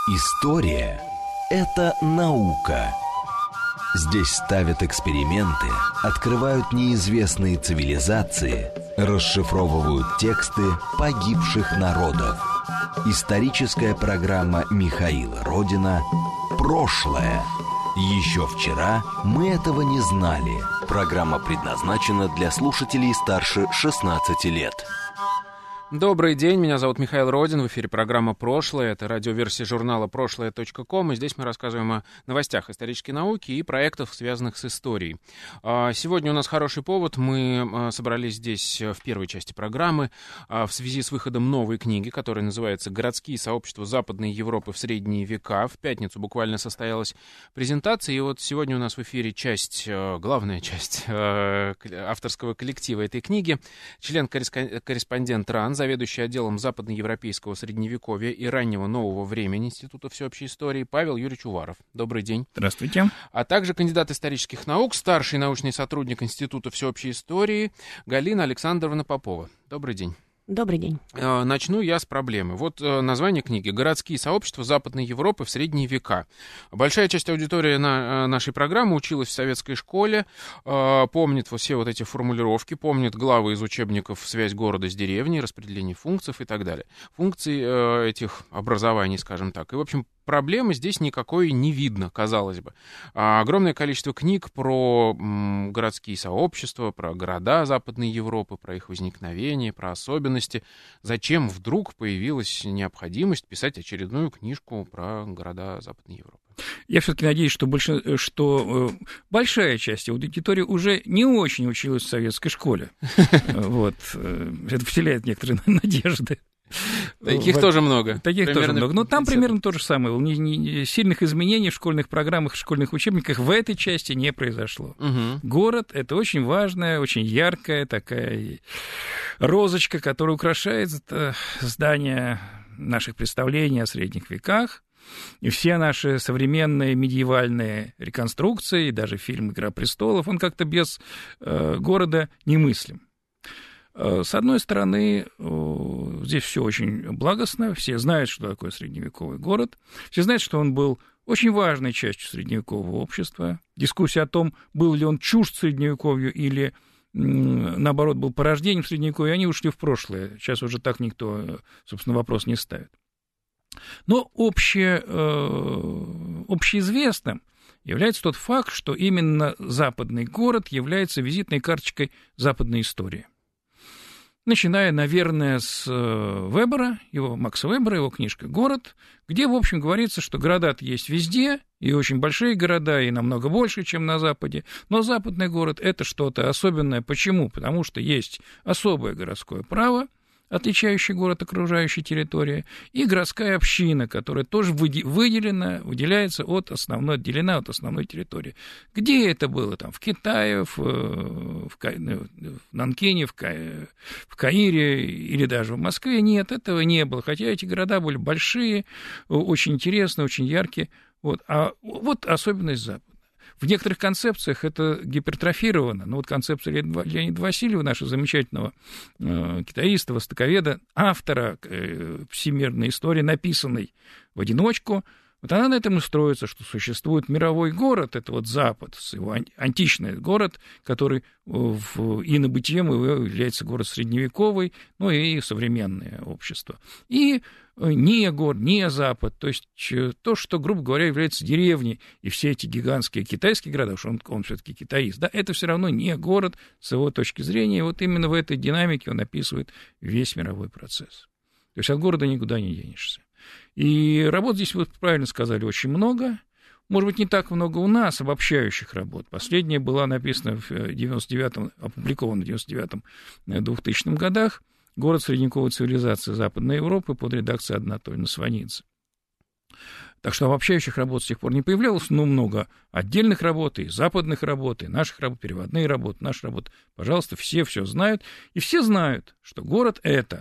История – это наука. Здесь ставят эксперименты, открывают неизвестные цивилизации, расшифровывают тексты погибших народов. Историческая программа Михаила Родина «Прошлое». Еще вчера мы этого не знали. Программа предназначена для слушателей старше 16 лет. Добрый день, меня зовут Михаил Родин, в эфире программа «Прошлое», это радиоверсия журнала «Прошлое.ком», и здесь мы рассказываем о новостях исторической науки и проектах, связанных с историей. Сегодня у нас хороший повод, мы собрались здесь в первой части программы в связи с выходом новой книги, которая называется «Городские сообщества Западной Европы в средние века». В пятницу буквально состоялась презентация, и вот сегодня у нас в эфире главная часть авторского коллектива этой книги, член-корреспондент РАН, заведующий отделом западноевропейского средневековья и раннего нового времени Института всеобщей истории Павел Юрьевич Уваров. Добрый день. Здравствуйте. А также кандидат исторических наук, старший научный сотрудник Института всеобщей истории Галина Александровна Попова. Добрый день. Добрый день. Начну я с проблемы. Вот название книги «Городские сообщества Западной Европы в средние века». Большая часть аудитории нашей программы училась в советской школе, помнит все вот эти формулировки, помнит главы из учебников «Связь города с деревней», распределение функций и так далее. Функций этих образований, скажем так. И, в общем, проблемы здесь никакой не видно, казалось бы. Огромное количество книг про городские сообщества, про города Западной Европы, про их возникновение, про особенности. Зачем вдруг появилась необходимость писать очередную книжку про города Западной Европы? Я все-таки надеюсь, что большая часть аудитории уже не очень училась в советской школе. Вот. Это вселяет некоторые надежды. Таких тоже много. Таких тоже много. Но там примерно то же самое. Сильных изменений в школьных программах, в школьных учебниках в этой части не произошло. Угу. Город — это очень важная, очень яркая такая розочка, которая украшает здание наших представлений о средних веках. И все наши современные медиевальные реконструкции, и даже фильм «Игра престолов», он как-то без города немыслим. С одной стороны, здесь все очень благостно, все знают, что такое средневековый город, все знают, что он был очень важной частью средневекового общества. Дискуссия о том, был ли он чужд средневековью или, наоборот, был порождением средневековья, они ушли в прошлое. Сейчас уже так никто, собственно, вопрос не ставит. Но общеизвестным является тот факт, что именно западный город является визитной карточкой западной истории. Начиная, наверное, с Макса Вебера, его книжка «Город», где, в общем, говорится, что города-то есть везде, и очень большие города, и намного больше, чем на Западе, но западный город – это что-то особенное. Почему? Потому что есть особое городское право, отличающий город от окружающей территории, и городская община, которая тоже отделена от основной территории. Где это было? Там, в Китае, в Нанкине, в Каире или даже в Москве? Нет, этого не было, хотя эти города были большие, очень интересные, очень яркие. Вот особенность Запада. В некоторых концепциях это гипертрофировано. Но вот концепция Леонида Васильева, нашего замечательного китаиста, востоковеда, автора всемирной истории, написанной в одиночку, вот она на этом и строится, что существует мировой город, это вот Запад, его античный город, который и на бытие является город средневековый, ну и современное общество. И не город, не Запад, то есть то, что, грубо говоря, является деревней, и все эти гигантские китайские города, потому что он все-таки китаист, да, это все равно не город с его точки зрения, и вот именно в этой динамике он описывает весь мировой процесс. То есть от города никуда не денешься. И работ здесь, вы правильно сказали, очень много. Может быть, не так много у нас обобщающих работ. Последняя была написана опубликована в 99-2000 годах. «Город средневековой цивилизации Западной Европы» под редакцией Анатолия Сванидзе. Так что обобщающих работ с тех пор не появлялось, но много отдельных работ, и западных работ, и наших работ, переводные работы, наши работы. Пожалуйста, все знают. И все знают, что город — это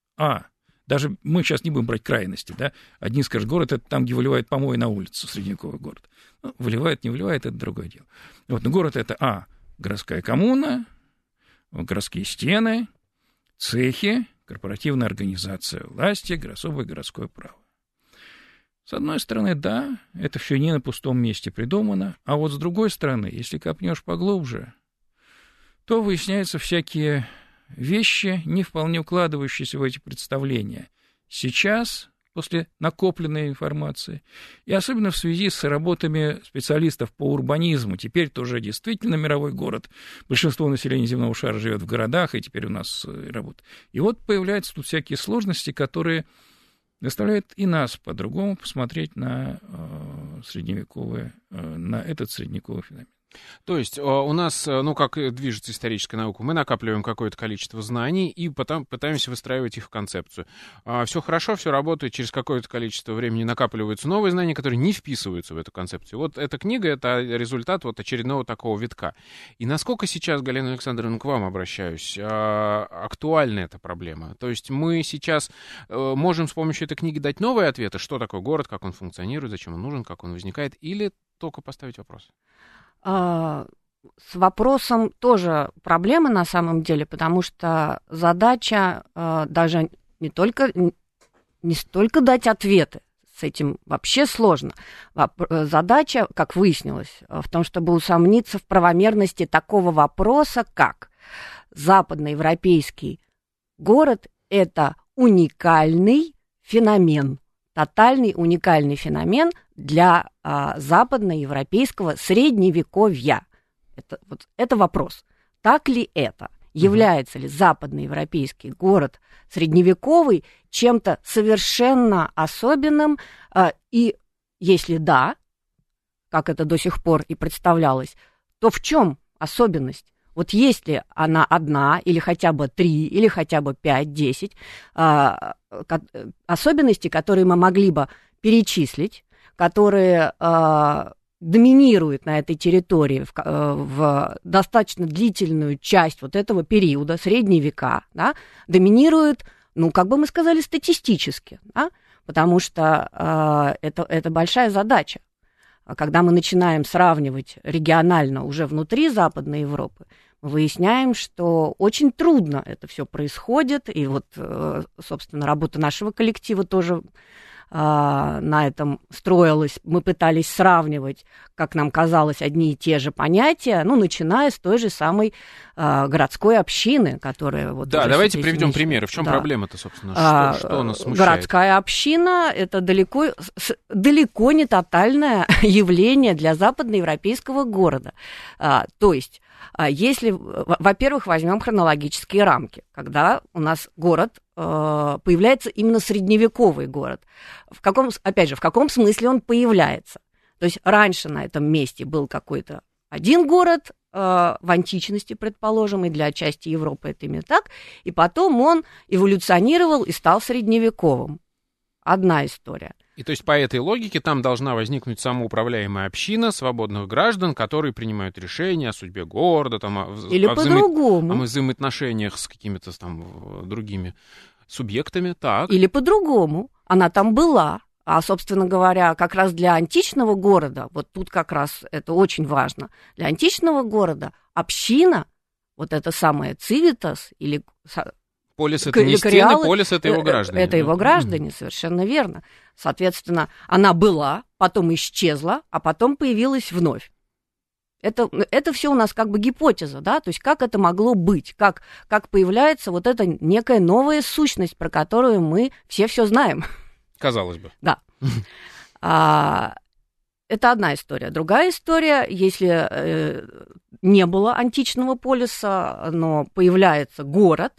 даже мы сейчас не будем брать крайности, да, одни скажут, город — это там, где выливают помои на улицу, средневековый город. Ну, выливает, не выливает — это другое дело. Вот, но город — это городская коммуна, городские стены, цехи, корпоративная организация власти, особое городское право. С одной стороны, да, это все не на пустом месте придумано, а вот с другой стороны, если копнешь поглубже, то выясняются всякие вещи, не вполне укладывающиеся в эти представления. Сейчас, после накопленной информации, и особенно в связи с работами специалистов по урбанизму, теперь тоже действительно мировой город, большинство населения земного шара живет в городах, и теперь у нас работа. И вот появляются тут всякие сложности, которые заставляют и нас по-другому посмотреть на на этот средневековый феномен. То есть у нас, как движется историческая наука, мы накапливаем какое-то количество знаний и потом пытаемся выстраивать их в концепцию. Все хорошо, все работает, через какое-то количество времени накапливаются новые знания, которые не вписываются в эту концепцию. Вот эта книга — это результат вот очередного такого витка. И насколько сейчас, Галина Александровна, к вам обращаюсь, актуальна эта проблема? То есть мы сейчас можем с помощью этой книги дать новые ответы, что такое город, как он функционирует, зачем он нужен, как он возникает, или только поставить вопрос? С вопросом тоже проблемы на самом деле, потому что задача даже не столько дать ответы, с этим вообще сложно. Задача, как выяснилось, в том, чтобы усомниться в правомерности такого вопроса, как западноевропейский город – это уникальный феномен, тотальный уникальный феномен для западноевропейского средневековья. Это вопрос. Так ли это? Является ли западноевропейский город средневековый чем-то совершенно особенным? И если да, как это до сих пор и представлялось, то в чем особенность? Вот есть ли она одна, или хотя бы 3, или хотя бы 5, 10 особенностей, которые мы могли бы перечислить, которые доминируют на этой территории в достаточно длительную часть вот этого периода, средние века, да, доминируют, как бы мы сказали, статистически, да, потому что это большая задача. Когда мы начинаем сравнивать регионально уже внутри Западной Европы, мы выясняем, что очень трудно это все происходит, и вот, собственно, работа нашего коллектива тоже на этом строилась. Мы пытались сравнивать, как нам казалось, одни и те же понятия, начиная с той же самой городской общины, которая... Вот да, давайте приведем примеры. В чем проблема-то, собственно? Что нас смущает? Городская община – это далеко не тотальное явление для западноевропейского города. То есть, если, во-первых, возьмем хронологические рамки, когда у нас город появляется именно средневековый город. В каком смысле он появляется? То есть раньше на этом месте был какой-то один город, в античности, предположим, и для части Европы это именно так, и потом он эволюционировал и стал средневековым. Одна история. И то есть по этой логике там должна возникнуть самоуправляемая община свободных граждан, которые принимают решения о судьбе города, или по-другому. О взаимоотношениях с какими-то там другими субъектами. Так. Или по-другому. Она там была. А, собственно говоря, как раз для античного города, вот тут как раз это очень важно, для античного города община, вот это самое цивитас или... Полис — это не стены, полис — это его граждане. Это его граждане, совершенно верно. Соответственно, она была, потом исчезла, а потом появилась вновь. Это все у нас как бы гипотеза, да, то есть как это могло быть, как появляется вот эта некая новая сущность, про которую мы все знаем. Казалось бы. Да. Это одна история. Другая история, если не было античного полиса, но появляется город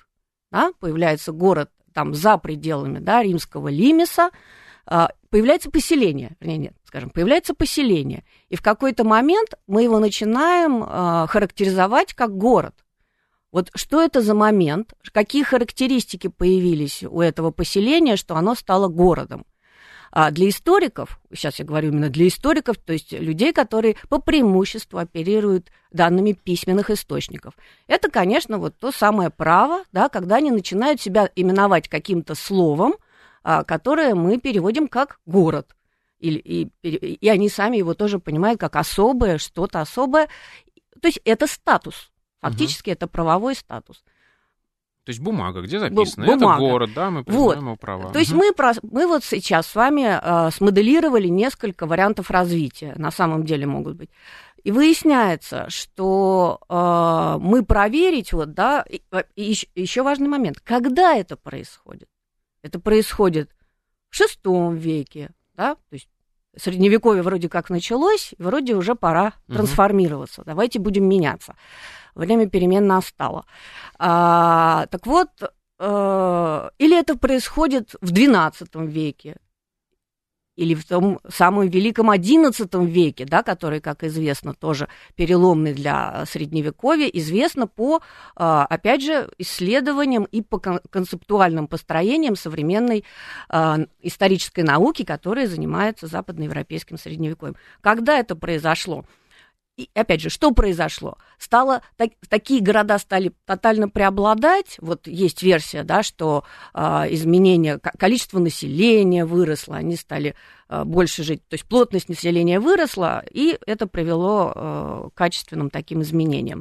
там за пределами, да, римского лимеса, появляется поселение, появляется поселение, и в какой-то момент мы его начинаем характеризовать как город. Вот что это за момент, какие характеристики появились у этого поселения, что оно стало городом? Для историков, сейчас я говорю именно для историков, то есть людей, которые по преимуществу оперируют данными письменных источников, это, конечно, вот то самое право, да, когда они начинают себя именовать каким-то словом, которое мы переводим как город. И они сами его тоже понимают как особое, что-то особое. То есть это статус. Фактически это правовой статус. То есть бумага, где записано, бумага. Это город, да, мы признаем его права. То есть мы вот сейчас с вами смоделировали несколько вариантов развития, на самом деле могут быть. И выясняется, что мы проверить, вот, да, и еще важный момент, когда это происходит? Это происходит в VI веке, да, то есть Средневековье вроде как началось, вроде уже пора трансформироваться, давайте будем меняться. Время перемен настало. Так вот, или это происходит в XII веке, или в том самом великом XI веке, да, который, как известно, тоже переломный для Средневековья, известно по, опять же, исследованиям и по концептуальным построениям современной исторической науки, которая занимается западноевропейским Средневековьем. Когда это произошло? И, опять же, что произошло? Такие города стали тотально преобладать. Вот есть версия, да, что изменение, количество населения выросло, они стали больше жить, то есть плотность населения выросла, и это привело к качественным таким изменениям.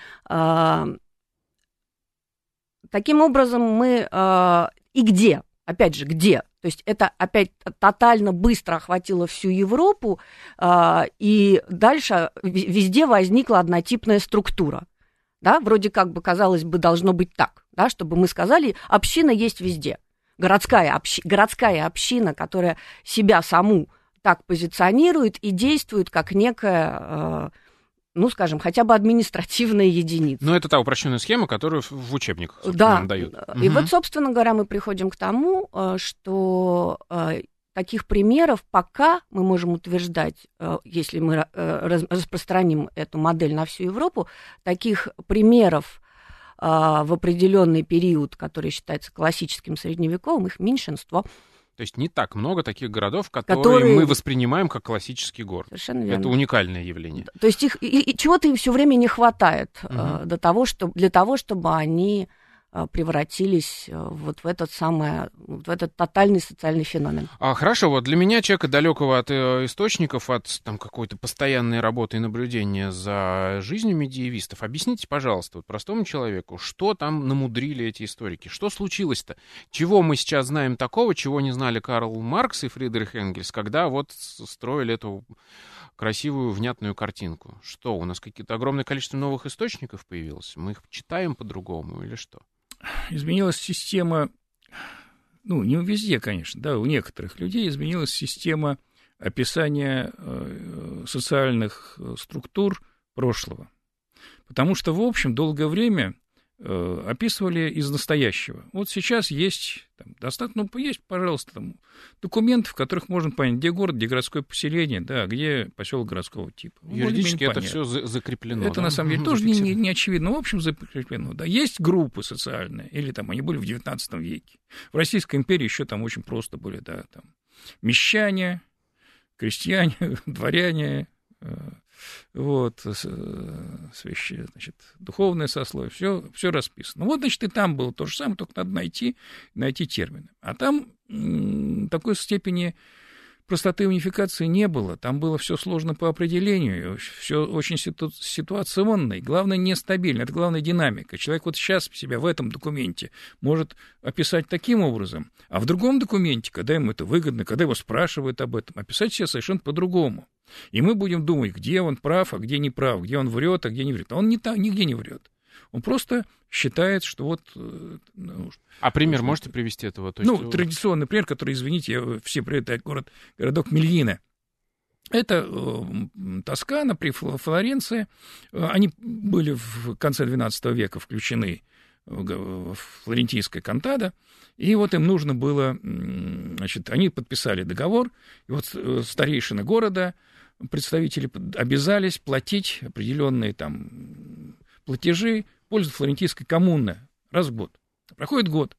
Таким образом, мы... И где? Опять же, где? То есть это опять тотально быстро охватило всю Европу, и дальше везде возникла однотипная структура. Да? Вроде как бы, казалось бы, должно быть так, да? Чтобы мы сказали, община есть везде. Городская община, которая себя саму так позиционирует и действует как некая... ну, скажем, хотя бы административная единица. Но это та упрощенная схема, которую в учебниках нам дают. И вот, собственно говоря, мы приходим к тому, что таких примеров пока мы можем утверждать, если мы распространим эту модель на всю Европу, таких примеров в определенный период, который считается классическим средневековым, их меньшинство. То есть не так много таких городов, которые мы воспринимаем как классический город. Совершенно верно. Это уникальное явление. То есть их чего-то им все время не хватает для того, чтобы они превратились вот в этот тотальный социальный феномен. Хорошо, вот для меня, человека далекого от источников, от там, какой-то постоянной работы и наблюдения за жизнью медиевистов, объясните, пожалуйста, вот простому человеку, что там намудрили эти историки, что случилось-то, чего мы сейчас знаем такого, чего не знали Карл Маркс и Фридрих Энгельс, когда вот строили эту красивую, внятную картинку. Что, у нас какие-то огромное количество новых источников появилось? Мы их читаем по-другому или что? Изменилась система, ну, не везде, конечно, да, у некоторых людей изменилась система описания социальных структур прошлого. Потому что, в общем, долгое время описывали из настоящего. Вот сейчас есть, там, достаточно, ну, есть, пожалуйста, там, документы, в которых можно понять, где город, где городское поселение, да, где поселок городского типа. Юридически это все закреплено. Это, да? На самом деле, тоже не очевидно. Но, в общем, закреплено. Да. Есть группы социальные, или там они были в XIX веке. В Российской империи еще там очень просто были, да, там, мещане, крестьяне, дворяне, вот, значит, духовное сословие, все расписано. Вот, значит, и там было то же самое, только надо найти термины. А там такой степени простоты унификации не было. Там было все сложно по определению, все очень ситуационно, и главное, нестабильно. Это главная динамика. Человек вот сейчас себя в этом документе может описать таким образом, а в другом документе, когда ему это выгодно, когда его спрашивают об этом, описать себя совершенно по-другому. И мы будем думать, где он прав, а где не прав, где он врет, а где не врет. А он нигде не врет. Он просто считает, что вот... А пример можете привести этого? То есть... традиционный пример, который, извините, все привет, городок Мельино. Это Тоскана при Флоренции. Они были в конце XII века включены в флорентийское кантадо. И вот им нужно было... Значит, они подписали договор, и вот старейшины города, представители обязались платить определенные там платежи в пользу флорентийской коммуны раз в год. Проходит год.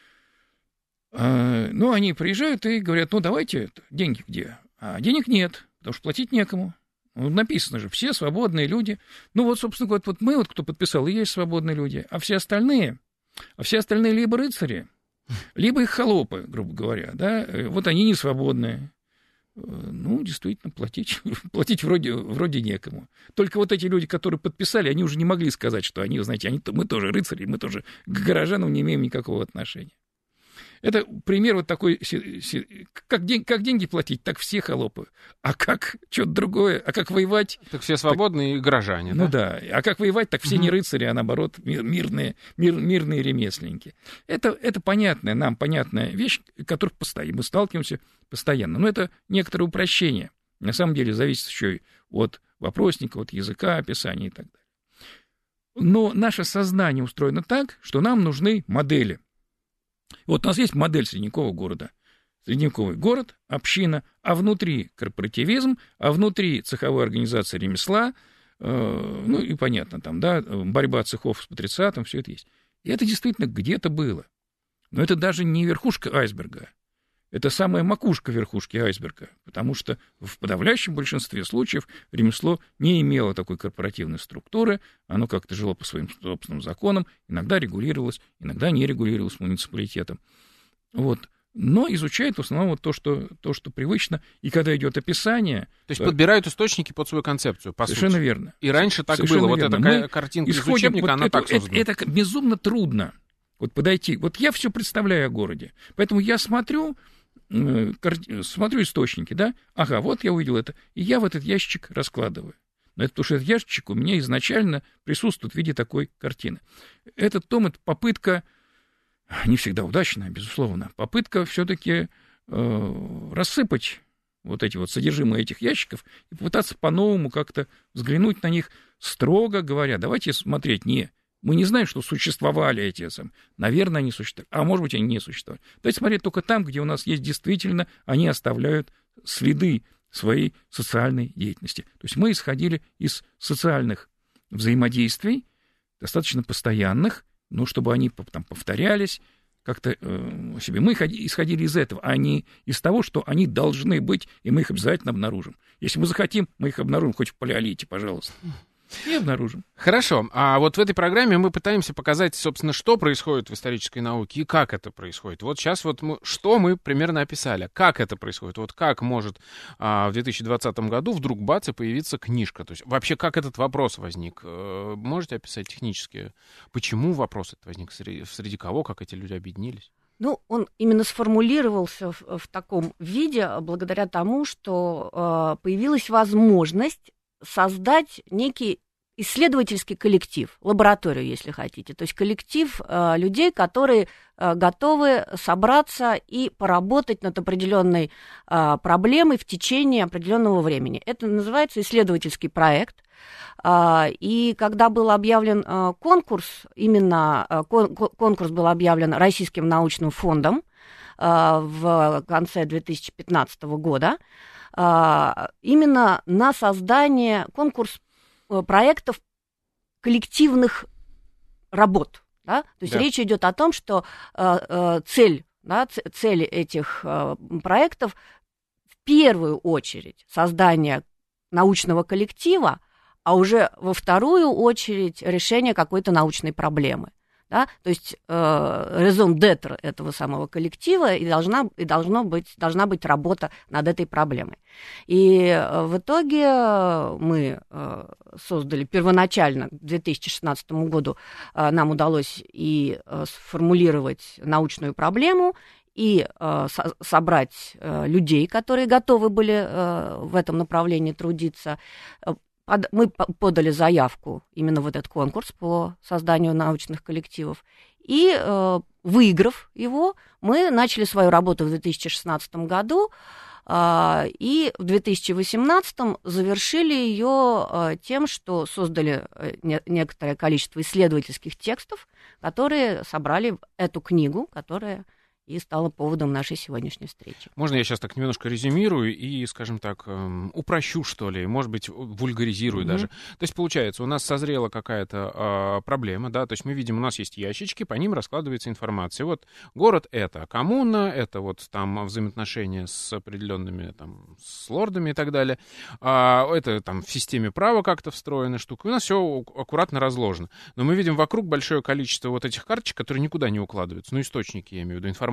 Ну, они приезжают и говорят, ну, давайте, деньги где? А денег нет, потому что платить некому. Ну, написано же, все свободные люди. Ну, вот, собственно говоря, вот мы, вот, кто подписал, и есть свободные люди. А все остальные либо рыцари, либо их холопы, грубо говоря, да, вот они не свободные. ну, действительно, платить вроде некому. Только вот эти люди, которые подписали, они уже не могли сказать, что они, знаете, мы тоже рыцари, мы тоже к горожанам не имеем никакого отношения. Это пример вот такой, как деньги платить, так все холопы. А как что-то другое, а как воевать... Так все свободные и горожане, ну да, а как воевать, так все не рыцари, а наоборот мирные ремесленники. Это понятная, нам понятная вещь, которой мы сталкиваемся постоянно. Но это некоторое упрощение. На самом деле зависит еще и от вопросника, от языка, описания и так далее. Но наше сознание устроено так, что нам нужны модели. Вот у нас есть модель средневекового города. Средневековый город, община, а внутри корпоративизм, а внутри цеховая организация ремесла, ну и понятно, там, да, борьба цехов с патрициатом, все это есть. И это действительно где-то было. Но это даже не верхушка айсберга. Это самая макушка верхушки айсберга, потому что в подавляющем большинстве случаев ремесло не имело такой корпоративной структуры, оно как-то жило по своим собственным законам, иногда регулировалось, иногда не регулировалось муниципалитетом. Вот. Но изучает в основном вот то, что привычно, и когда идет описание... То есть подбирают источники под свою концепцию, по совершенно сути. Верно. И раньше так совершенно было. Верно. Вот эта картинка из учебника, вот она так создана. Это безумно трудно вот подойти. Вот я все представляю о городе, поэтому я смотрю источники, да, ага, вот я увидел это, и я в этот ящичек раскладываю. Но это потому что этот ящичек у меня изначально присутствует в виде такой картины. Этот том — это попытка, не всегда удачная, безусловно, попытка все-таки рассыпать вот эти вот содержимое этих ящиков и попытаться по-новому как-то взглянуть на них, строго говоря. Давайте смотреть мы не знаем, что существовали эти, наверное, они существовали, а может быть, они не существовали. Давайте смотреть только там, где у нас есть действительно, они оставляют следы своей социальной деятельности. То есть мы исходили из социальных взаимодействий, достаточно постоянных, но чтобы они там повторялись как-то себе. Мы исходили из этого, а не из того, что они должны быть, и мы их обязательно обнаружим. Если мы захотим, мы их обнаружим хоть в палеолите, пожалуйста. И обнаружим. Хорошо. А вот в этой программе мы пытаемся показать, собственно, что происходит в исторической науке и как это происходит. Вот сейчас вот что мы примерно описали. Как это происходит? Вот как может в 2020 году вдруг бац и появиться книжка? То есть вообще как этот вопрос возник? Можете описать технически? Почему вопрос этот возник? Среди кого? Как эти люди объединились? Ну, он именно сформулировался в таком виде благодаря тому, что появилась возможность создать некий исследовательский коллектив, лабораторию, если хотите, то есть коллектив людей, которые готовы собраться и поработать над определенной проблемой в течение определенного времени. Это называется исследовательский проект. И когда был объявлен конкурс, именно конкурс был объявлен Российским научным фондом в конце 2015 года, именно на создание конкурс проектов коллективных работ. Да? То есть речь идет о том, что цель этих проектов в первую очередь создание научного коллектива, а уже во вторую очередь решение какой-то научной проблемы. Да? То есть raison d'être этого самого коллектива и должна быть работа над этой проблемой. И в итоге мы создали первоначально к 2016 году, нам удалось и сформулировать научную проблему, и собрать людей, которые готовы были в этом направлении трудиться. Мы подали заявку именно в этот конкурс по созданию научных коллективов. И, выиграв его, мы начали свою работу в 2016 году. И в 2018 завершили ее тем, что создали некоторое количество исследовательских текстов, которые собрали эту книгу, которая и стало поводом нашей сегодняшней встречи. Можно я сейчас так немножко резюмирую и, скажем так, упрощу, что ли, может быть, вульгаризирую даже. То есть, получается, у нас созрела какая-то проблема, да, то есть мы видим, у нас есть ящички, по ним раскладывается информация. Вот город — это коммуна, это вот там взаимоотношения с определенными там, с лордами и так далее, это там в системе права как-то встроена штука, у нас все аккуратно разложено. Но мы видим вокруг большое количество вот этих карточек, которые никуда не укладываются, ну, источники, я имею в виду, информация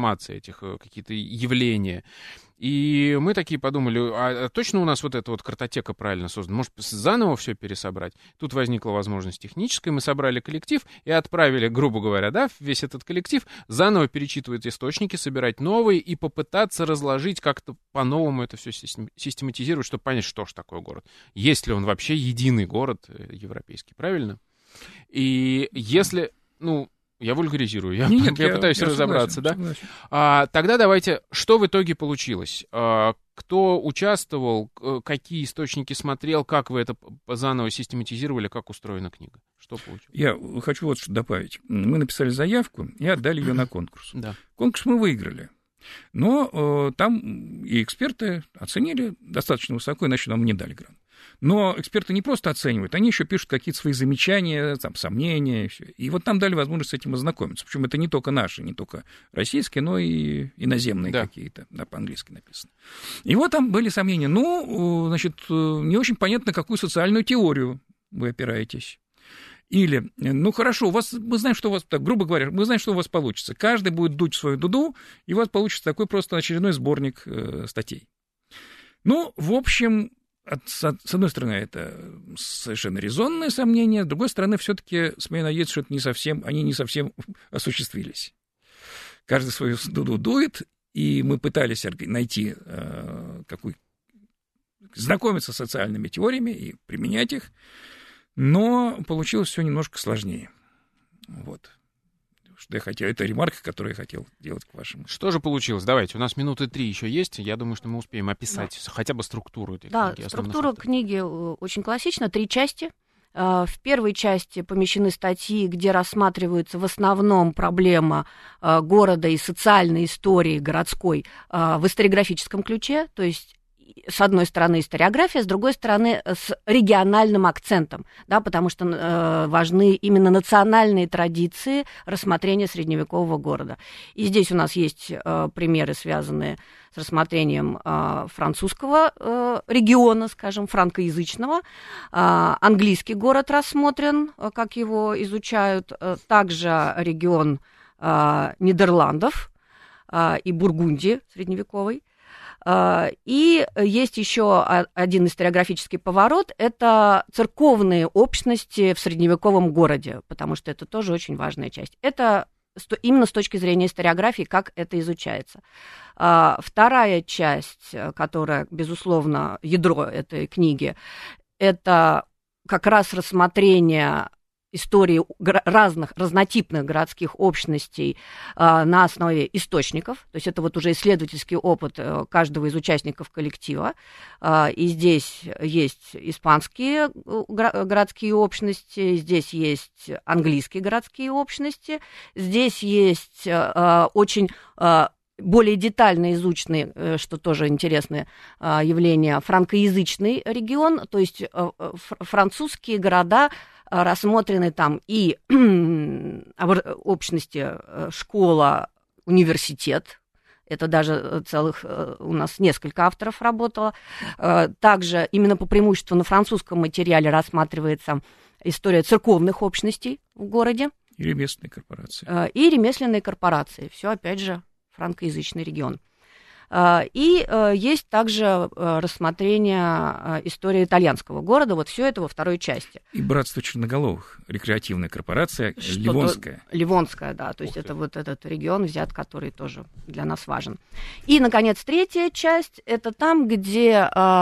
информации, этих какие-то явления. И мы такие подумали, а точно у нас вот эта вот картотека правильно создана? Может, заново все пересобрать? Тут возникла возможность техническая, мы собрали коллектив и отправили, грубо говоря, да, весь этот коллектив заново перечитывать источники, собирать новые и попытаться разложить как-то по-новому это все систематизировать, чтобы понять, что ж такое город. Есть ли он вообще единый город европейский, правильно? И если, я вульгаризирую, я пытаюсь разобраться, согласен. Тогда давайте, что в итоге получилось? Кто участвовал, какие источники смотрел, как вы это заново систематизировали, как устроена книга? Что получилось? Я хочу вот что добавить. Мы написали заявку и отдали ее на конкурс. Да. Конкурс мы выиграли. Но там и эксперты оценили достаточно высоко, иначе нам не дали грант. Но эксперты не просто оценивают, они еще пишут какие-то свои замечания, там, сомнения. И, все. И вот нам дали возможность с этим ознакомиться. Причем это не только наши, не только российские, но и иноземные какие-то, да, по-английски написано. И вот там были сомнения. Не очень понятно, какую социальную теорию вы опираетесь. Или, хорошо, мы знаем, что у вас, так, грубо говоря, мы знаем, что у вас получится. Каждый будет дуть в свою дуду, и у вас получится такой просто очередной сборник статей. В общем, с одной стороны, это совершенно резонное сомнение, с другой стороны, все-таки, смею надеяться, что они не совсем осуществились. Каждый свою дуду дует, и мы пытались найти знакомиться с социальными теориями и применять их, но получилось все немножко сложнее. Вот. Что я хотел, это ремарка, которую я хотел делать к вашему. Что же получилось? Давайте, у нас минуты 3 еще есть. Я думаю, что мы успеем описать хотя бы структуру этой книги. Да, структура книги очень классична. 3 части. В первой части помещены статьи, где рассматриваются в основном проблема города и социальной истории городской в историографическом ключе, то есть с одной стороны историография, с другой стороны с региональным акцентом, да, потому что важны именно национальные традиции рассмотрения средневекового города. И здесь у нас есть примеры, связанные с рассмотрением французского региона, скажем, франкоязычного. Английский город рассмотрен, как его изучают, также регион Нидерландов и Бургундии средневековой. И есть еще один историографический поворот – это церковные общности в средневековом городе, потому что это тоже очень важная часть. Это именно с точки зрения историографии, как это изучается. Вторая часть, которая, безусловно, ядро этой книги, это как раз рассмотрение истории разных разнотипных городских общностей на основе источников, то есть это вот уже исследовательский опыт каждого из участников коллектива, и здесь есть испанские городские общности, здесь есть английские городские общности, здесь есть очень более детально изученный, что тоже интересное явление, франкоязычный регион, то есть французские города рассмотрены там и общности школа, университет, это даже целых у нас несколько авторов работало. Также именно по преимуществу на французском материале рассматривается история церковных общностей в городе. И ремесленные корпорации. И ремесленные корпорации. Все, опять же, франкоязычный регион. И есть также рассмотрение истории итальянского города. Вот все это во второй части. И братство черноголовых, рекреативная корпорация, Ливонская. Ливонская, да. То есть это вот этот регион взят, который тоже для нас важен. И, наконец, третья часть – это там, где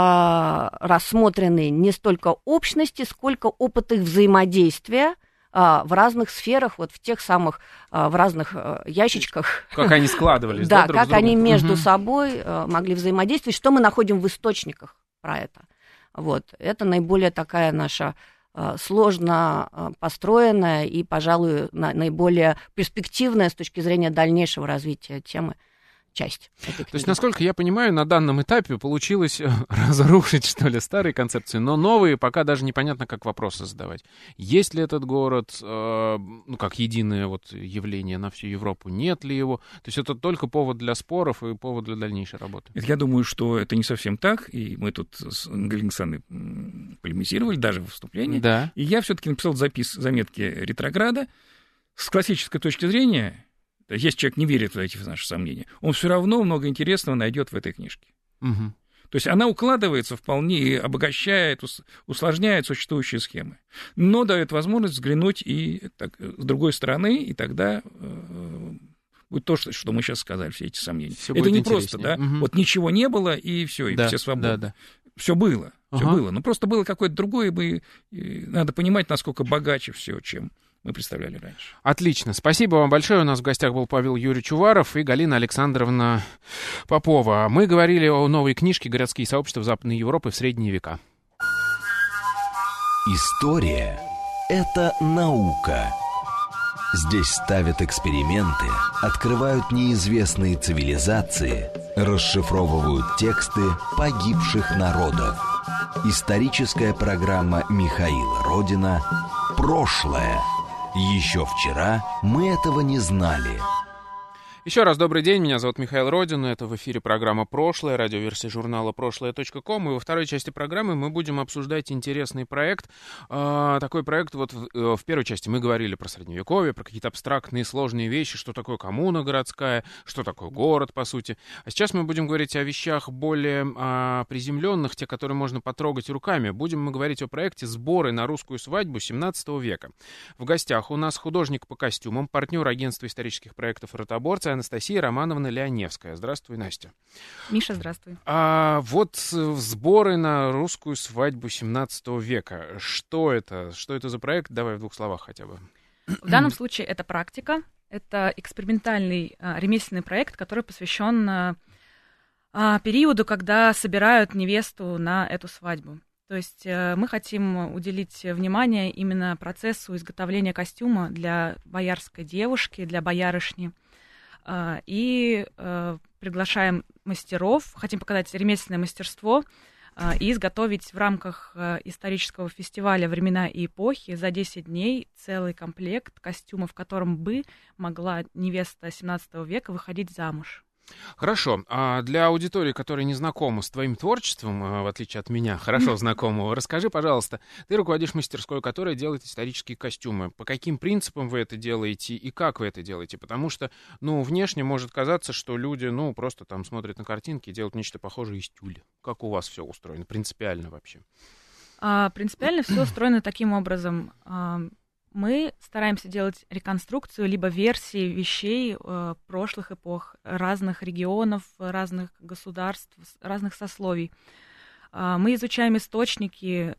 рассмотрены не столько общности, сколько опыт их взаимодействия в разных сферах, вот в тех самых, в разных ящичках. Как они складывались, да, друг с как другом? они между собой могли взаимодействовать, что мы находим в источниках про это. Вот. Это наиболее такая наша сложно построенная и, пожалуй, наиболее перспективная с точки зрения дальнейшего развития темы часть этой книги. То есть, насколько я понимаю, на данном этапе получилось разрушить, что ли, старые концепции, но новые пока даже непонятно, как вопросы задавать. Есть ли этот город, как единое вот явление на всю Европу, нет ли его? То есть это только повод для споров и повод для дальнейшей работы? Я думаю, что это не совсем так, и мы тут с Галиной Александровной полемизировали даже в вступлении. Да. И я все-таки написал заметки ретрограда. С классической точки зрения Если человек не верит в эти наши сомнения, он все равно много интересного найдет в этой книжке. Угу. То есть она укладывается вполне и обогащает, усложняет существующие схемы, но дает возможность взглянуть и так, с другой стороны, и тогда будет то, что мы сейчас сказали, все эти сомнения. Всё это не интереснее. просто, да, вот ничего не было, и все, и все свободны. Да. Все было, но просто было какое-то другое, и надо понимать, насколько богаче все, чем мы представляли раньше. Отлично. Спасибо вам большое. У нас в гостях был Павел Юрьевич Уваров и Галина Александровна Попова. Мы говорили о новой книжке «Городские сообщества Западной Европы в средние века». История — это наука. Здесь ставят эксперименты, открывают неизвестные цивилизации, расшифровывают тексты погибших народов. Историческая программа Михаила Родина «Прошлое». Еще вчера мы этого не знали. Еще раз добрый день, меня зовут Михаил Родин, это в эфире программа «Прошлое», радиоверсия журнала «Прошлое.ком», и во второй части программы мы будем обсуждать интересный проект. Такой проект, вот в первой части мы говорили про Средневековье, про какие-то абстрактные сложные вещи, что такое коммуна городская, что такое город, по сути. А сейчас мы будем говорить о вещах более приземленных, те, которые можно потрогать руками. Будем мы говорить о проекте «Сборы на русскую свадьбу XVII века». В гостях у нас художник по костюмам, партнер агентства исторических проектов «Ротоборцы» Анастасия Романовна Леоневская. Здравствуй, Настя. Миша, здравствуй. Вот сборы на русскую свадьбу XVII века. Что это? Что это за проект? Давай в двух словах хотя бы. В данном случае это практика, это экспериментальный ремесленный проект, который посвящен периоду, когда собирают невесту на эту свадьбу. То есть мы хотим уделить внимание именно процессу изготовления костюма для боярской девушки, для боярышни. И приглашаем мастеров, хотим показать ремесленное мастерство и изготовить в рамках исторического фестиваля «Времена и эпохи» за 10 дней целый комплект костюмов, в котором бы могла невеста XVII века выходить замуж. Хорошо. А для аудитории, которая не знакома с твоим творчеством, в отличие от меня, хорошо знакомого, расскажи, пожалуйста, ты руководишь мастерской, которая делает исторические костюмы. По каким принципам вы это делаете и как вы это делаете? Потому что, внешне может казаться, что люди, просто там смотрят на картинки и делают нечто похожее из тюля. Как у вас все устроено? Принципиально вообще? Принципиально все устроено таким образом. Мы стараемся делать реконструкцию либо версии вещей прошлых эпох, разных регионов, разных государств, разных сословий. Мы изучаем источники,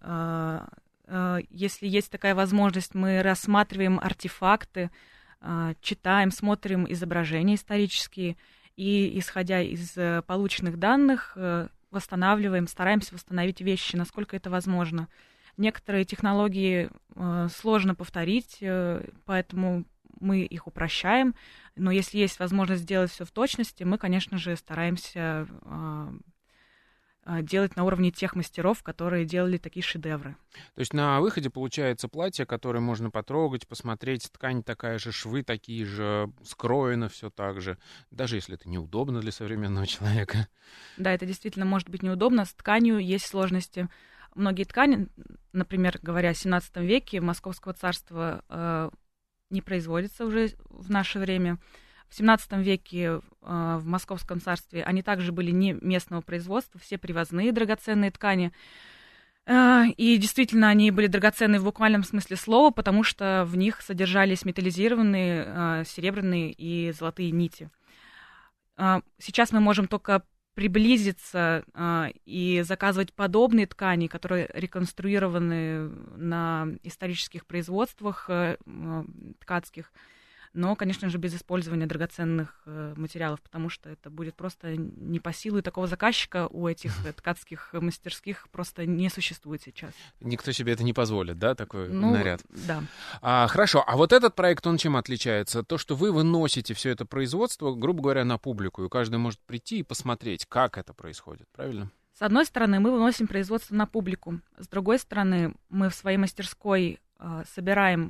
если есть такая возможность, мы рассматриваем артефакты, читаем, смотрим изображения исторические и, исходя из полученных данных, восстанавливаем, стараемся восстановить вещи, насколько это возможно. Некоторые технологии сложно повторить, поэтому мы их упрощаем. Но если есть возможность сделать все в точности, мы, конечно же, стараемся делать на уровне тех мастеров, которые делали такие шедевры. То есть на выходе получается платье, которое можно потрогать, посмотреть, ткань такая же, швы такие же, скроено все так же, даже если это неудобно для современного человека. Да, это действительно может быть неудобно. С тканью есть сложности. Многие ткани, например, говоря о XVII веке, Московского царства не производятся уже в наше время. В XVII веке в Московском царстве они также были не местного производства, все привозные драгоценные ткани. И действительно, они были драгоценные в буквальном смысле слова, потому что в них содержались металлизированные серебряные и золотые нити. Сейчас мы можем только приблизиться и заказывать подобные ткани, которые реконструированы на исторических производствах ткацких, но, конечно же, без использования драгоценных материалов, потому что это будет просто не по силу, и такого заказчика у этих ткацких мастерских просто не существует сейчас. Никто себе это не позволит, да, такой наряд? Да. Хорошо, а вот этот проект, он чем отличается? То, что вы выносите все это производство, грубо говоря, на публику, и каждый может прийти и посмотреть, как это происходит, правильно? С одной стороны, мы выносим производство на публику, с другой стороны, мы в своей мастерской собираем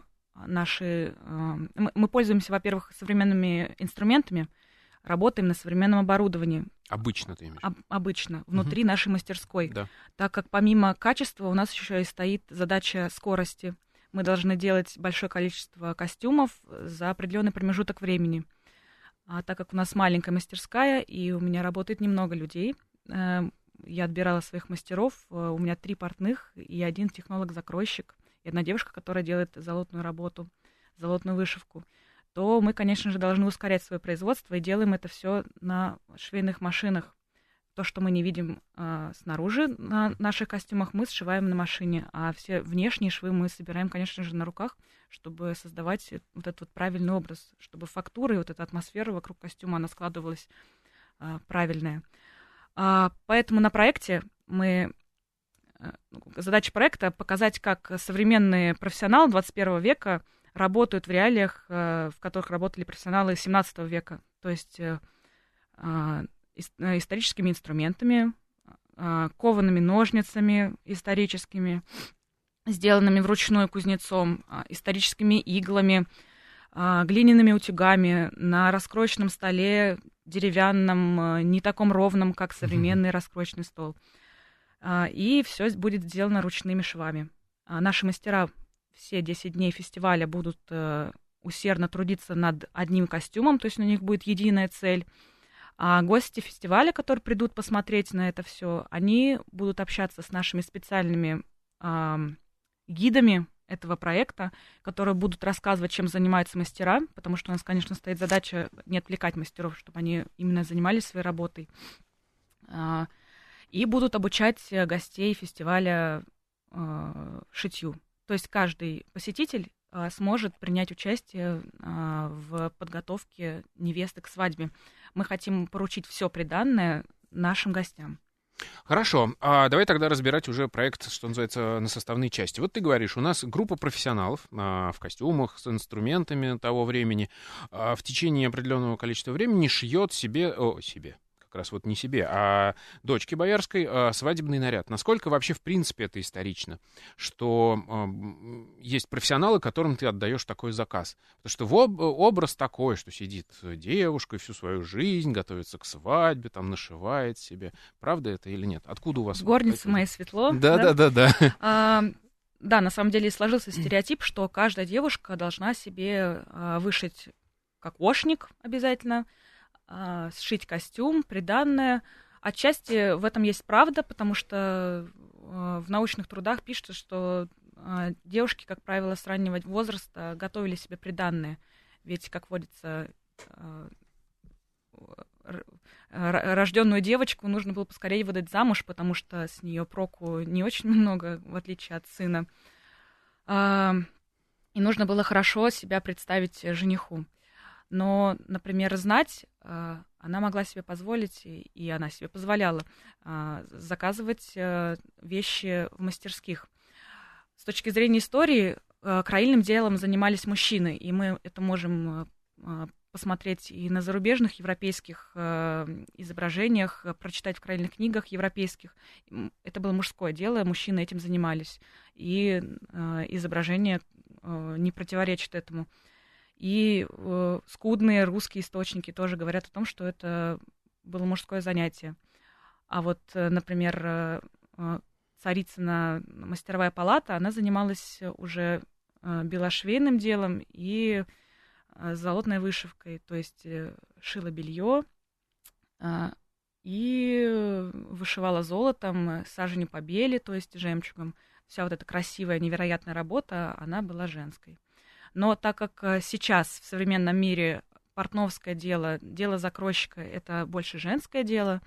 мы пользуемся, во-первых, современными инструментами, работаем на современном оборудовании. Обычно ты имеешь? Обычно, внутри нашей мастерской. Да. Так как помимо качества у нас еще и стоит задача скорости. Мы должны делать большое количество костюмов за определенный промежуток времени. А так как у нас маленькая мастерская, и у меня работает немного людей, я отбирала своих мастеров, у меня 3 портных и 1 технолог-закройщик, и 1 девушка, которая делает золотную работу, золотную вышивку, то мы, конечно же, должны ускорять свое производство и делаем это все на швейных машинах. То, что мы не видим снаружи на наших костюмах, мы сшиваем на машине, а все внешние швы мы собираем, конечно же, на руках, чтобы создавать вот этот вот правильный образ, чтобы фактура и вот эта атмосфера вокруг костюма, она складывалась правильная. Поэтому на проекте задача проекта — показать, как современные профессионалы 21 века работают в реалиях, в которых работали профессионалы 17 века, то есть историческими инструментами, коваными ножницами историческими, сделанными вручную кузнецом, историческими иглами, глиняными утюгами на раскроечном столе, деревянном, не таком ровном, как современный раскроечный стол. И все будет сделано ручными швами. Наши мастера все 10 дней фестиваля будут усердно трудиться над одним костюмом, то есть у них будет единая цель. А гости фестиваля, которые придут посмотреть на это все, они будут общаться с нашими специальными гидами этого проекта, которые будут рассказывать, чем занимаются мастера, потому что у нас, конечно, стоит задача не отвлекать мастеров, чтобы они именно занимались своей работой. И будут обучать гостей фестиваля шитью. То есть каждый посетитель сможет принять участие в подготовке невесты к свадьбе. Мы хотим поручить все приданное нашим гостям. Хорошо, давай тогда разбирать уже проект, что называется, на составные части. Вот ты говоришь, у нас группа профессионалов в костюмах, с инструментами того времени, в течение определенного количества времени шьет себе, как раз вот не себе, а дочке боярской свадебный наряд. Насколько вообще, в принципе, это исторично, что есть профессионалы, которым ты отдаешь такой заказ? Потому что образ такой, что сидит девушка и всю свою жизнь готовится к свадьбе, там нашивает себе. Правда это или нет? Откуда у вас? В горнице моей светло. Да. Да, на самом деле сложился стереотип, что каждая девушка должна себе вышить кокошник обязательно, сшить костюм, приданное. Отчасти в этом есть правда, потому что в научных трудах пишется, что девушки, как правило, с раннего возраста готовили себе приданное. Ведь, как водится, рожденную девочку нужно было поскорее выдать замуж, потому что с нее проку не очень много, в отличие от сына. И нужно было хорошо себя представить жениху. Но, например, знать она могла себе позволить, и она себе позволяла заказывать вещи в мастерских. С точки зрения истории, краильным делом занимались мужчины, и мы это можем посмотреть и на зарубежных европейских изображениях, прочитать в краильных книгах европейских. Это было мужское дело, мужчины этим занимались, и изображение не противоречит этому. И скудные русские источники тоже говорят о том, что это было мужское занятие. А вот, например, Царицына мастеровая палата, она занималась уже белошвейным делом и золотной вышивкой, то есть шила белье и вышивала золотом, саженью побели, то есть жемчугом. Вся вот эта красивая, невероятная работа, она была женской. Но так как сейчас в современном мире портновское дело, дело закройщика — это больше женское дело,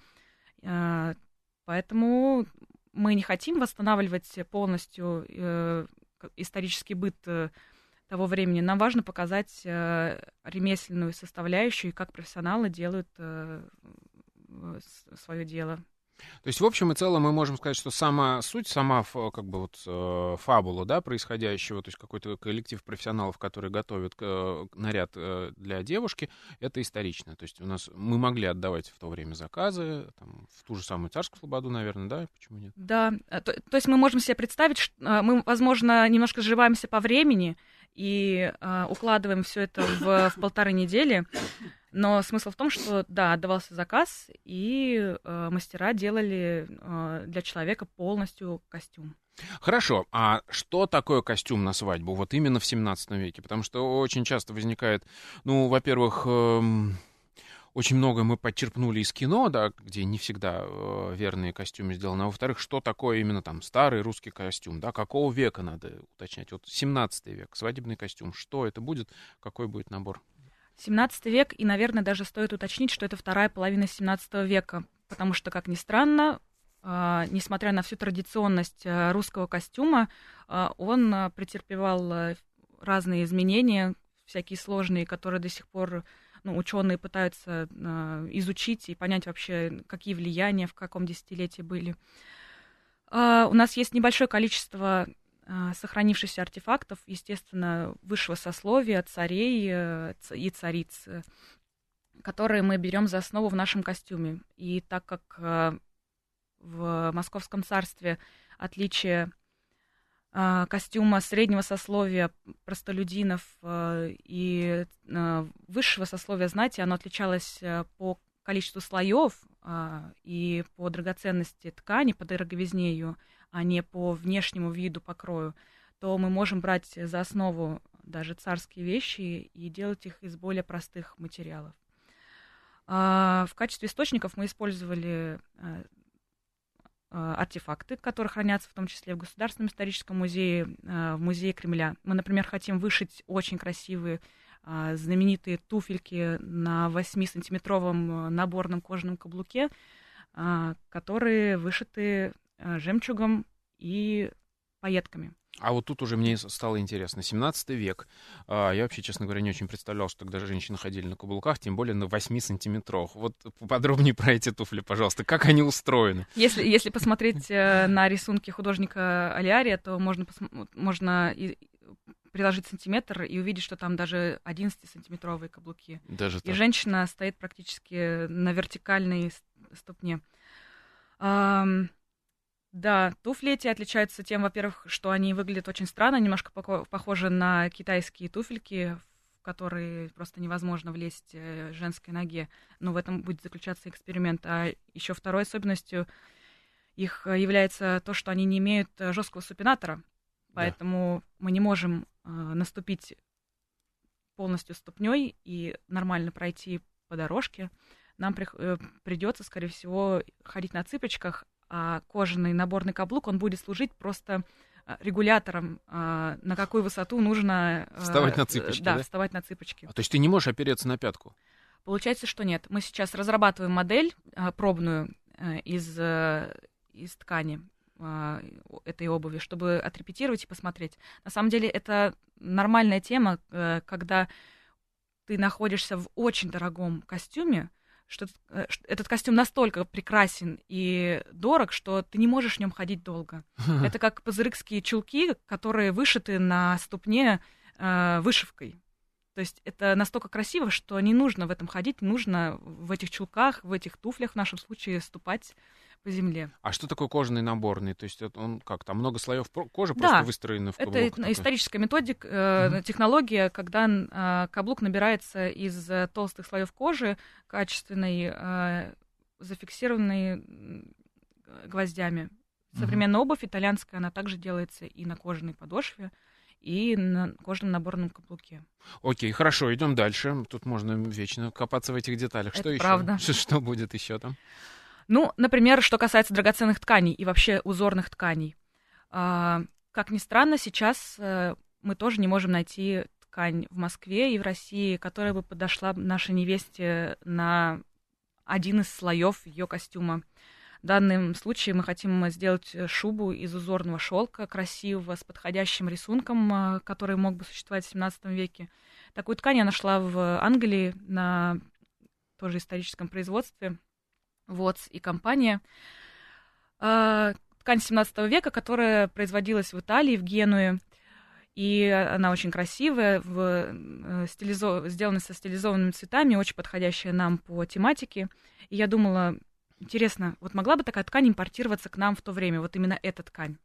поэтому мы не хотим восстанавливать полностью исторический быт того времени. Нам важно показать ремесленную составляющую и как профессионалы делают свое дело. То есть, в общем и целом, мы можем сказать, что сама суть, сама как бы вот фабула, да, происходящего, то есть какой-то коллектив профессионалов, которые готовят наряд для девушки, это исторично. То есть у нас мы могли отдавать в то время заказы, там, в ту же самую Царскую слободу, наверное, да? Почему нет? Да, то есть мы можем себе представить, что мы, возможно, немножко сживаемся по времени и укладываем все это в 1,5 недели. Но смысл в том, что, да, отдавался заказ, и мастера делали для человека полностью костюм. Хорошо, а что такое костюм на свадьбу, вот именно в 17 веке? Потому что очень часто возникает, ну, во-первых, очень многое мы подчерпнули из кино, да, где не всегда верные костюмы сделаны. А во-вторых, что такое именно там старый русский костюм, да, какого века надо уточнять? Вот 17 век, свадебный костюм, что это будет, какой будет набор? 17 век, и, наверное, даже стоит уточнить, что это вторая половина 17 века, потому что, как ни странно, несмотря на всю традиционность русского костюма, он претерпевал разные изменения, всякие сложные, которые до сих пор ученые пытаются изучить и понять вообще, какие влияния в каком десятилетии были. У нас есть небольшое количество сохранившихся артефактов, естественно, высшего сословия, царей и цариц, которые мы берем за основу в нашем костюме. И так как в Московском царстве отличие костюма среднего сословия, простолюдинов и высшего сословия знати, оно отличалось по количеству слоев и по драгоценности ткани, по дороговизне ее, а не по внешнему виду, покрою, то мы можем брать за основу даже царские вещи и делать их из более простых материалов. В качестве источников мы использовали артефакты, которые хранятся в том числе в Государственном историческом музее, в музее Кремля. Мы, например, хотим вышить очень красивые знаменитые туфельки на 8-сантиметровом наборном кожаном каблуке, которые вышиты жемчугом и пайетками. А вот тут уже мне стало интересно. 17 век. Я вообще, честно говоря, не очень представлял, что тогда женщины ходили на каблуках, тем более на 8 сантиметрах. Вот поподробнее про эти туфли, пожалуйста. Как они устроены? Если посмотреть на рисунки художника Алиария, то можно приложить сантиметр и увидеть, что там даже 11-сантиметровые каблуки. Даже так? И женщина стоит практически на вертикальной ступне. Да, туфли эти отличаются тем, во-первых, что они выглядят очень странно, немножко похожи на китайские туфельки, в которые просто невозможно влезть женской ноге. Но в этом будет заключаться эксперимент. А еще второй особенностью их является то, что они не имеют жесткого супинатора, поэтому мы не можем наступить полностью ступней и нормально пройти по дорожке. Нам придется, скорее всего, ходить на цыпочках, а кожаный наборный каблук, он будет служить просто регулятором, на какую высоту нужно... Вставать на цыпочки, да? Вставать на цыпочки. То есть ты не можешь опереться на пятку? Получается, что нет. Мы сейчас разрабатываем модель пробную из ткани этой обуви, чтобы отрепетировать и посмотреть. На самом деле это нормальная тема, когда ты находишься в очень дорогом костюме, что этот костюм настолько прекрасен и дорог, что ты не можешь в нем ходить долго. Это как пазырыкские чулки, которые вышиты на ступне вышивкой. То есть это настолько красиво, что не нужно в этом ходить, не нужно в этих чулках, в этих туфлях в нашем случае ступать по земле. А что такое кожаный наборный? То есть он как, там много слоев кожи просто выстроены в каблук? Это такой? Историческая методика, технология, когда каблук набирается из толстых слоев кожи, качественной, зафиксированной гвоздями. Современная обувь итальянская, она также делается и на кожаной подошве, и на кожаном наборном каблуке. Окей, хорошо, идем дальше. Тут можно вечно копаться в этих деталях. Что еще? Правда. Что будет еще там? Ну, например, что касается драгоценных тканей и вообще узорных тканей. Как ни странно, сейчас мы тоже не можем найти ткань в Москве и в России, которая бы подошла нашей невесте на один из слоев ее костюма. В данном случае мы хотим сделать шубу из узорного шелка, красивого, с подходящим рисунком, который мог бы существовать в XVII веке. Такую ткань я нашла в Англии на тоже историческом производстве. ВОЦ и компания. Ткань XVII века, которая производилась в Италии, в Генуе. И она очень красивая, сделана со стилизованными цветами, очень подходящая нам по тематике. И я думала, интересно, вот могла бы такая ткань импортироваться к нам в то время, вот именно эта ткань?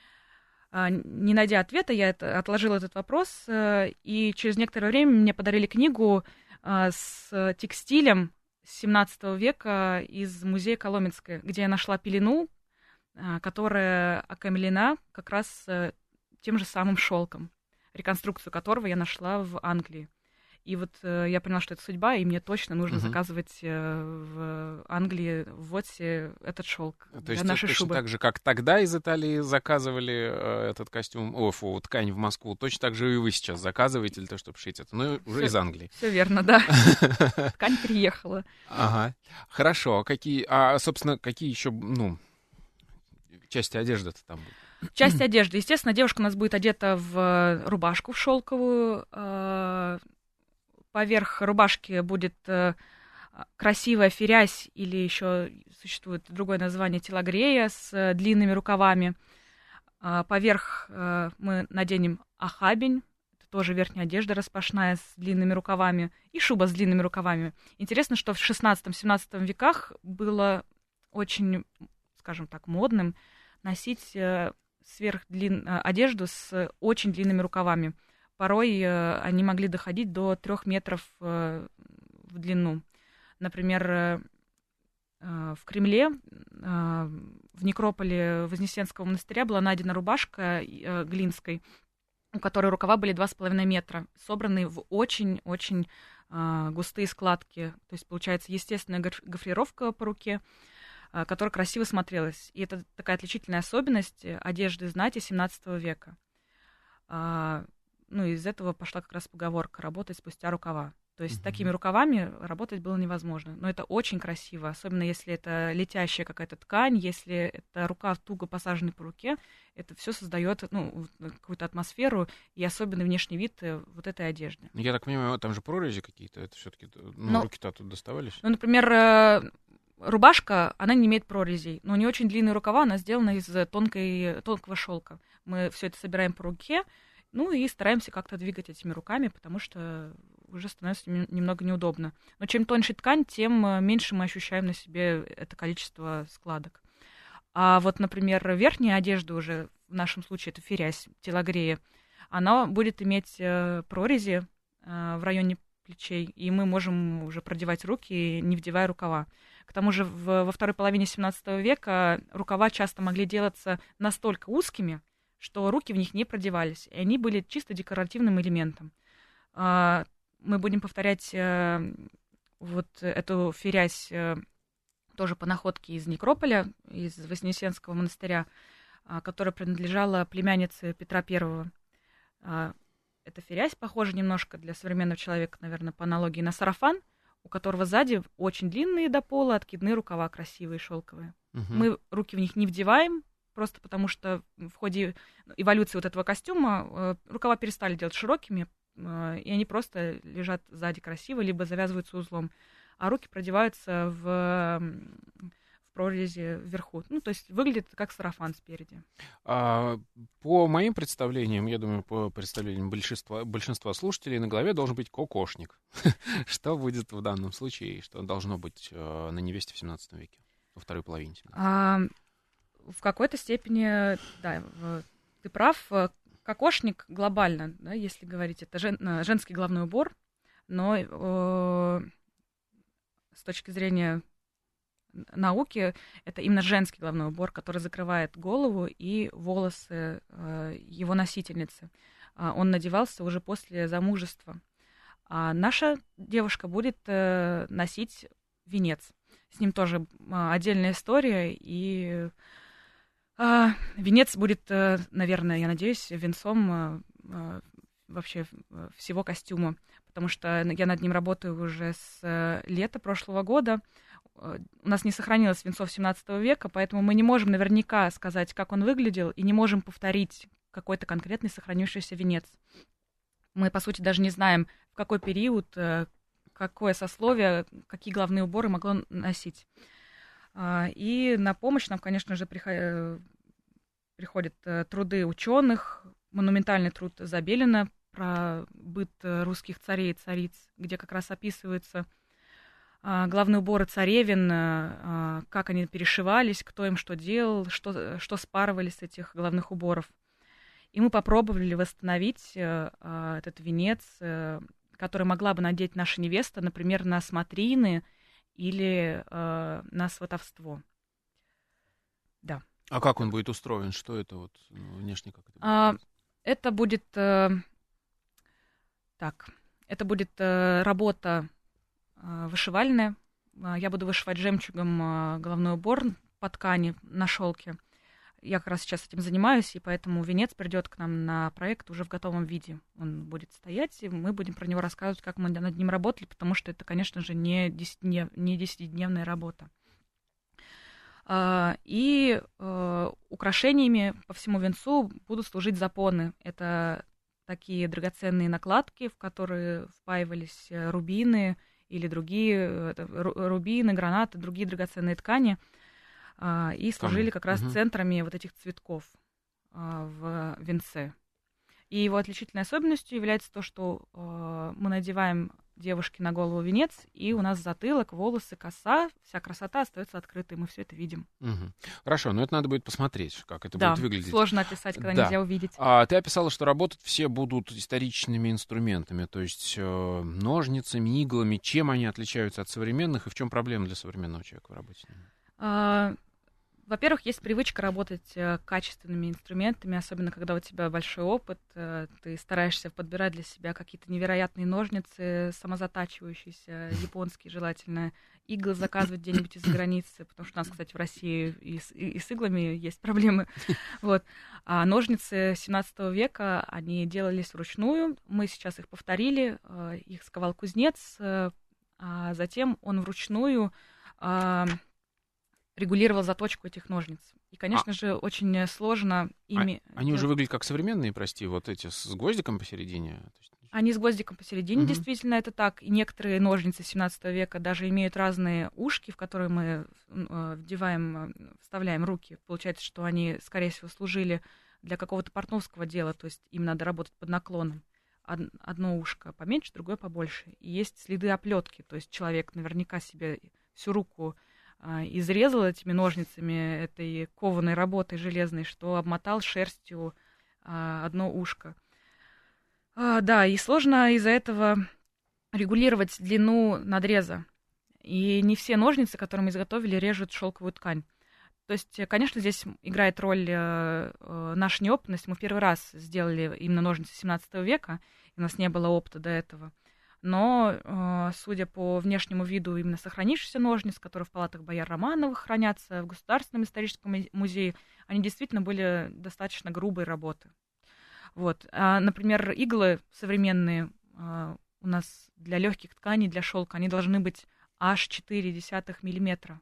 Не найдя ответа, я отложила этот вопрос, и через некоторое время мне подарили книгу с текстилем XVII века из музея Коломенское, где я нашла пелену, которая окаймлена как раз тем же самым шелком, реконструкцию которого я нашла в Англии. И вот я поняла, что это судьба, и мне точно нужно заказывать в Англии, в Вотсе этот шелк для нашей точно шубы. Так же, как тогда из Италии заказывали этот костюм, ткань в Москву, точно так же и вы сейчас заказываете для того, чтобы шить это, но уже из Англии. Все верно, да. Ткань приехала. Ага, хорошо. Собственно, какие еще, части одежды-то там будут? Часть одежды. Естественно, девушка у нас будет одета в рубашку в шелковую. Поверх рубашки будет красивая ферязь, или еще существует другое название телогрея с длинными рукавами. Поверх мы наденем ахабень. Это тоже верхняя одежда распашная с длинными рукавами. И шуба с длинными рукавами. Интересно, что в 16-17 веках было очень, скажем так, модным носить одежду с очень длинными рукавами. Порой они могли доходить до 3 метров в длину. Например, в Кремле, в некрополе Вознесенского монастыря была найдена рубашка Глинской, у которой рукава были 2,5 метра, собранные в очень-очень густые складки. То есть, получается, естественная гофрировка по руке, которая красиво смотрелась. И это такая отличительная особенность одежды знати XVII века. Из этого пошла как раз поговорка «работать спустя рукава». То есть такими рукавами работать было невозможно. Но это очень красиво, особенно если это летящая какая-то ткань, если это рукав туго посаженный по руке, это все создает какую-то атмосферу и особенный внешний вид вот этой одежды. Я так понимаю, там же прорези какие-то, это все-таки руки-то оттуда доставались? Например, рубашка, она не имеет прорезей, но у нее очень длинные рукава, она сделана из тонкого шелка. Мы все это собираем по руке, и стараемся как-то двигать этими руками, потому что уже становится немного неудобно. Но чем тоньше ткань, тем меньше мы ощущаем на себе это количество складок. А вот, например, верхняя одежда уже, в нашем случае это ферязь, телогрея, она будет иметь прорези в районе плечей, и мы можем уже продевать руки, не вдевая рукава. К тому же во второй половине XVII века рукава часто могли делаться настолько узкими, что руки в них не продевались, и они были чисто декоративным элементом. Мы будем повторять вот эту ферязь тоже по находке из некрополя, из Вознесенского монастыря, которая принадлежала племяннице Петра I. Эта ферязь похожа немножко для современного человека, наверное, по аналогии на сарафан, у которого сзади очень длинные до пола откидные рукава красивые, шелковые. Мы руки в них не вдеваем, просто потому что в ходе эволюции вот этого костюма рукава перестали делать широкими, и они просто лежат сзади красиво, либо завязываются узлом, а руки продеваются в прорези вверху. То есть выглядит как сарафан спереди. По моим представлениям, я думаю, по представлениям большинства слушателей, на голове должен быть кокошник. Что будет в данном случае, что должно быть на невесте в 17 веке, во второй половине 17 В какой-то степени, да, ты прав. Кокошник глобально, да, если говорить, это женский головной убор, но с точки зрения науки это именно женский головной убор, который закрывает голову и волосы его носительницы. Он надевался уже после замужества. А наша девушка будет носить венец. С ним тоже отдельная история, и венец будет, наверное, я надеюсь, венцом вообще всего костюма, потому что я над ним работаю уже с лета прошлого года. У нас не сохранилось венцов 17 века, поэтому мы не можем наверняка сказать, как он выглядел, и не можем повторить какой-то конкретный сохранившийся венец. Мы, по сути, даже не знаем, в какой период, какое сословие, какие головные уборы могло носить. И на помощь нам, конечно же, приходят труды ученых, монументальный труд Забелина про быт русских царей и цариц, где как раз описываются главные уборы царевин, как они перешивались, кто им что делал, что спарывали с этих головных уборов. И мы попробовали восстановить этот венец, который могла бы надеть наша невеста, например, на смотрины или на сватовство. Да. А как он будет устроен? Что это вот внешне? Как это будет? Это будет так. Это будет работа вышивальная. Я буду вышивать жемчугом головной убор по ткани на шелке. Я как раз сейчас этим занимаюсь, и поэтому венец придет к нам на проект уже в готовом виде. Он будет стоять, и мы будем про него рассказывать, как мы над ним работали, потому что это, конечно же, не 10-дневная работа. И украшениями по всему венцу будут служить запоны. Это такие драгоценные накладки, в которые впаивались рубины или другие рубины, гранаты, другие драгоценные ткани, и служили как раз центрами вот этих цветков в венце. И его отличительной особенностью является то, что мы надеваем девушке на голову венец, и у нас затылок, волосы, коса, вся красота остается открытой, мы все это видим. Хорошо, но это надо будет посмотреть, как это будет выглядеть. Да, сложно описать, когда нельзя увидеть. Ты описала, что работать все будут историческими инструментами, то есть ножницами, иглами. Чем они отличаются от современных, и в чем проблема для современного человека в работе с ними? Во-первых, есть привычка работать качественными инструментами, особенно когда у тебя большой опыт, ты стараешься подбирать для себя какие-то невероятные ножницы, самозатачивающиеся, японские желательно, иглы заказывать где-нибудь из-за границы, потому что у нас, кстати, в России и с иглами есть проблемы. Вот. А ножницы 17 века, они делались вручную, мы сейчас их повторили, их сковал кузнец, а затем он вручную регулировал заточку этих ножниц. И, конечно же, очень сложно ими... Они уже выглядят как современные, прости, вот эти с гвоздиком посередине? Они с гвоздиком посередине, действительно, это так. И некоторые ножницы 17 века даже имеют разные ушки, в которые мы вставляем руки. Получается, что они, скорее всего, служили для какого-то портновского дела, то есть им надо работать под наклоном. Одно ушко поменьше, другое побольше. И есть следы оплетки, то есть человек наверняка себе всю руку изрезал этими ножницами, этой кованой работой железной, что обмотал шерстью одно ушко. Да, и сложно из-за этого регулировать длину надреза. И не все ножницы, которые мы изготовили, режут шелковую ткань. То есть, конечно, здесь играет роль наша неопытность. Мы в первый раз сделали именно ножницы 17 века, и у нас не было опыта до этого. Но, судя по внешнему виду именно сохранившихся ножниц, которые в палатах бояр Романовых хранятся в Государственном историческом музее, они действительно были достаточно грубой работы. Вот. Например, иглы современные у нас для легких тканей, для шелка, они должны быть аж 0,4 миллиметра.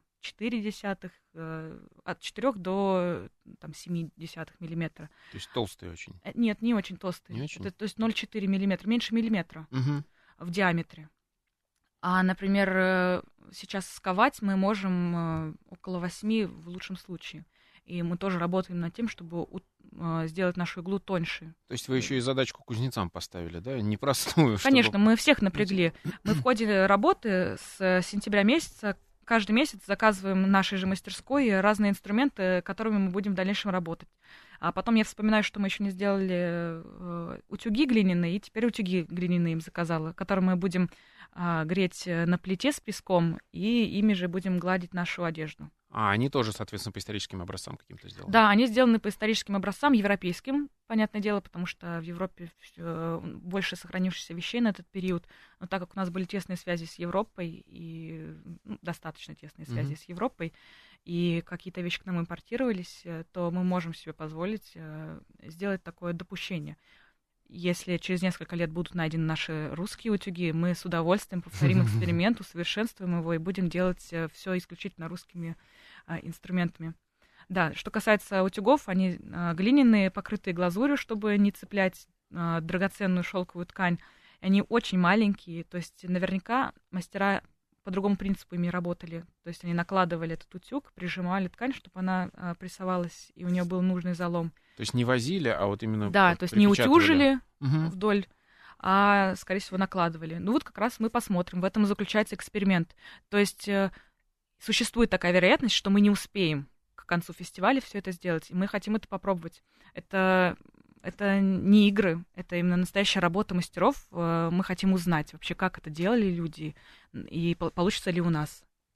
0,4, от 4 до 0,7 миллиметра. То есть толстые очень? Нет, не очень толстые. Не очень? Это, то есть 0,4 миллиметра, меньше миллиметра. В диаметре. А, например, сейчас сковать мы можем около 8 в лучшем случае. И мы тоже работаем над тем, чтобы сделать нашу иглу тоньше. То есть вы еще и задачку кузнецам поставили, да? Непростую. Конечно, мы всех напрягли. Мы в ходе работы с сентября месяца каждый месяц заказываем в нашей же мастерской разные инструменты, которыми мы будем в дальнейшем работать. А потом я вспоминаю, что мы еще не сделали утюги глиняные, и теперь утюги глиняные им заказала, которые мы будем греть на плите с песком, и ими же будем гладить нашу одежду. А они тоже, соответственно, по историческим образцам каким-то сделаны? Да, они сделаны по историческим образцам, европейским, понятное дело, потому что в Европе больше сохранившихся вещей на этот период. Но так как у нас были тесные связи с Европой, и достаточно тесные связи с Европой, и какие-то вещи к нам импортировались, то мы можем себе позволить сделать такое допущение. Если через несколько лет будут найдены наши русские утюги, мы с удовольствием повторим эксперимент, усовершенствуем его и будем делать все исключительно русскими инструментами. Да, что касается утюгов, они глиняные, покрытые глазурью, чтобы не цеплять драгоценную шелковую ткань. Они очень маленькие, то есть наверняка мастера по другому принципу ими работали. То есть они накладывали этот утюг, прижимали ткань, чтобы она прессовалась, и у нее был нужный залом. То есть не возили, а вот именно да, то есть не утюжили вдоль, а, скорее всего, накладывали. Ну вот как раз мы посмотрим, в этом и заключается эксперимент. То есть существует такая вероятность, что мы не успеем к концу фестиваля все это сделать, и мы хотим это попробовать. Это не игры, это именно настоящая работа мастеров. Мы хотим узнать вообще, как это делали люди, и получится ли у нас.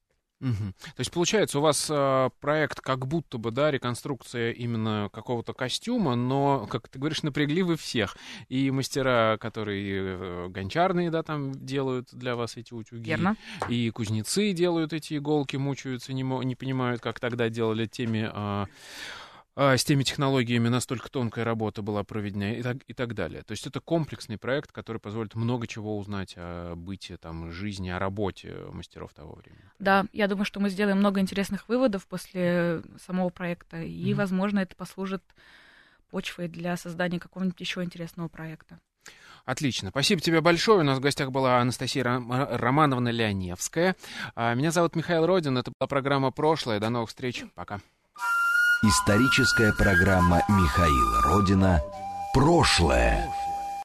То есть, получается, у вас проект как будто бы, да, реконструкция именно какого-то костюма, но, как ты говоришь, напрягли вы всех. И мастера, которые гончарные, да, там делают для вас эти утюги. Верно. И кузнецы делают эти иголки, мучаются, не понимают, как тогда делали с теми технологиями, настолько тонкая работа была проведена и так далее. То есть это комплексный проект, который позволит много чего узнать о быте, там, жизни, о работе мастеров того времени. Да, я думаю, что мы сделаем много интересных выводов после самого проекта, и, возможно, это послужит почвой для создания какого-нибудь еще интересного проекта. Отлично. Спасибо тебе большое. У нас в гостях была Анастасия Романовна Леоневская. Меня зовут Михаил Родин. Это была программа «Прошлое». До новых встреч. Пока. Историческая программа Михаила Родина «Прошлое».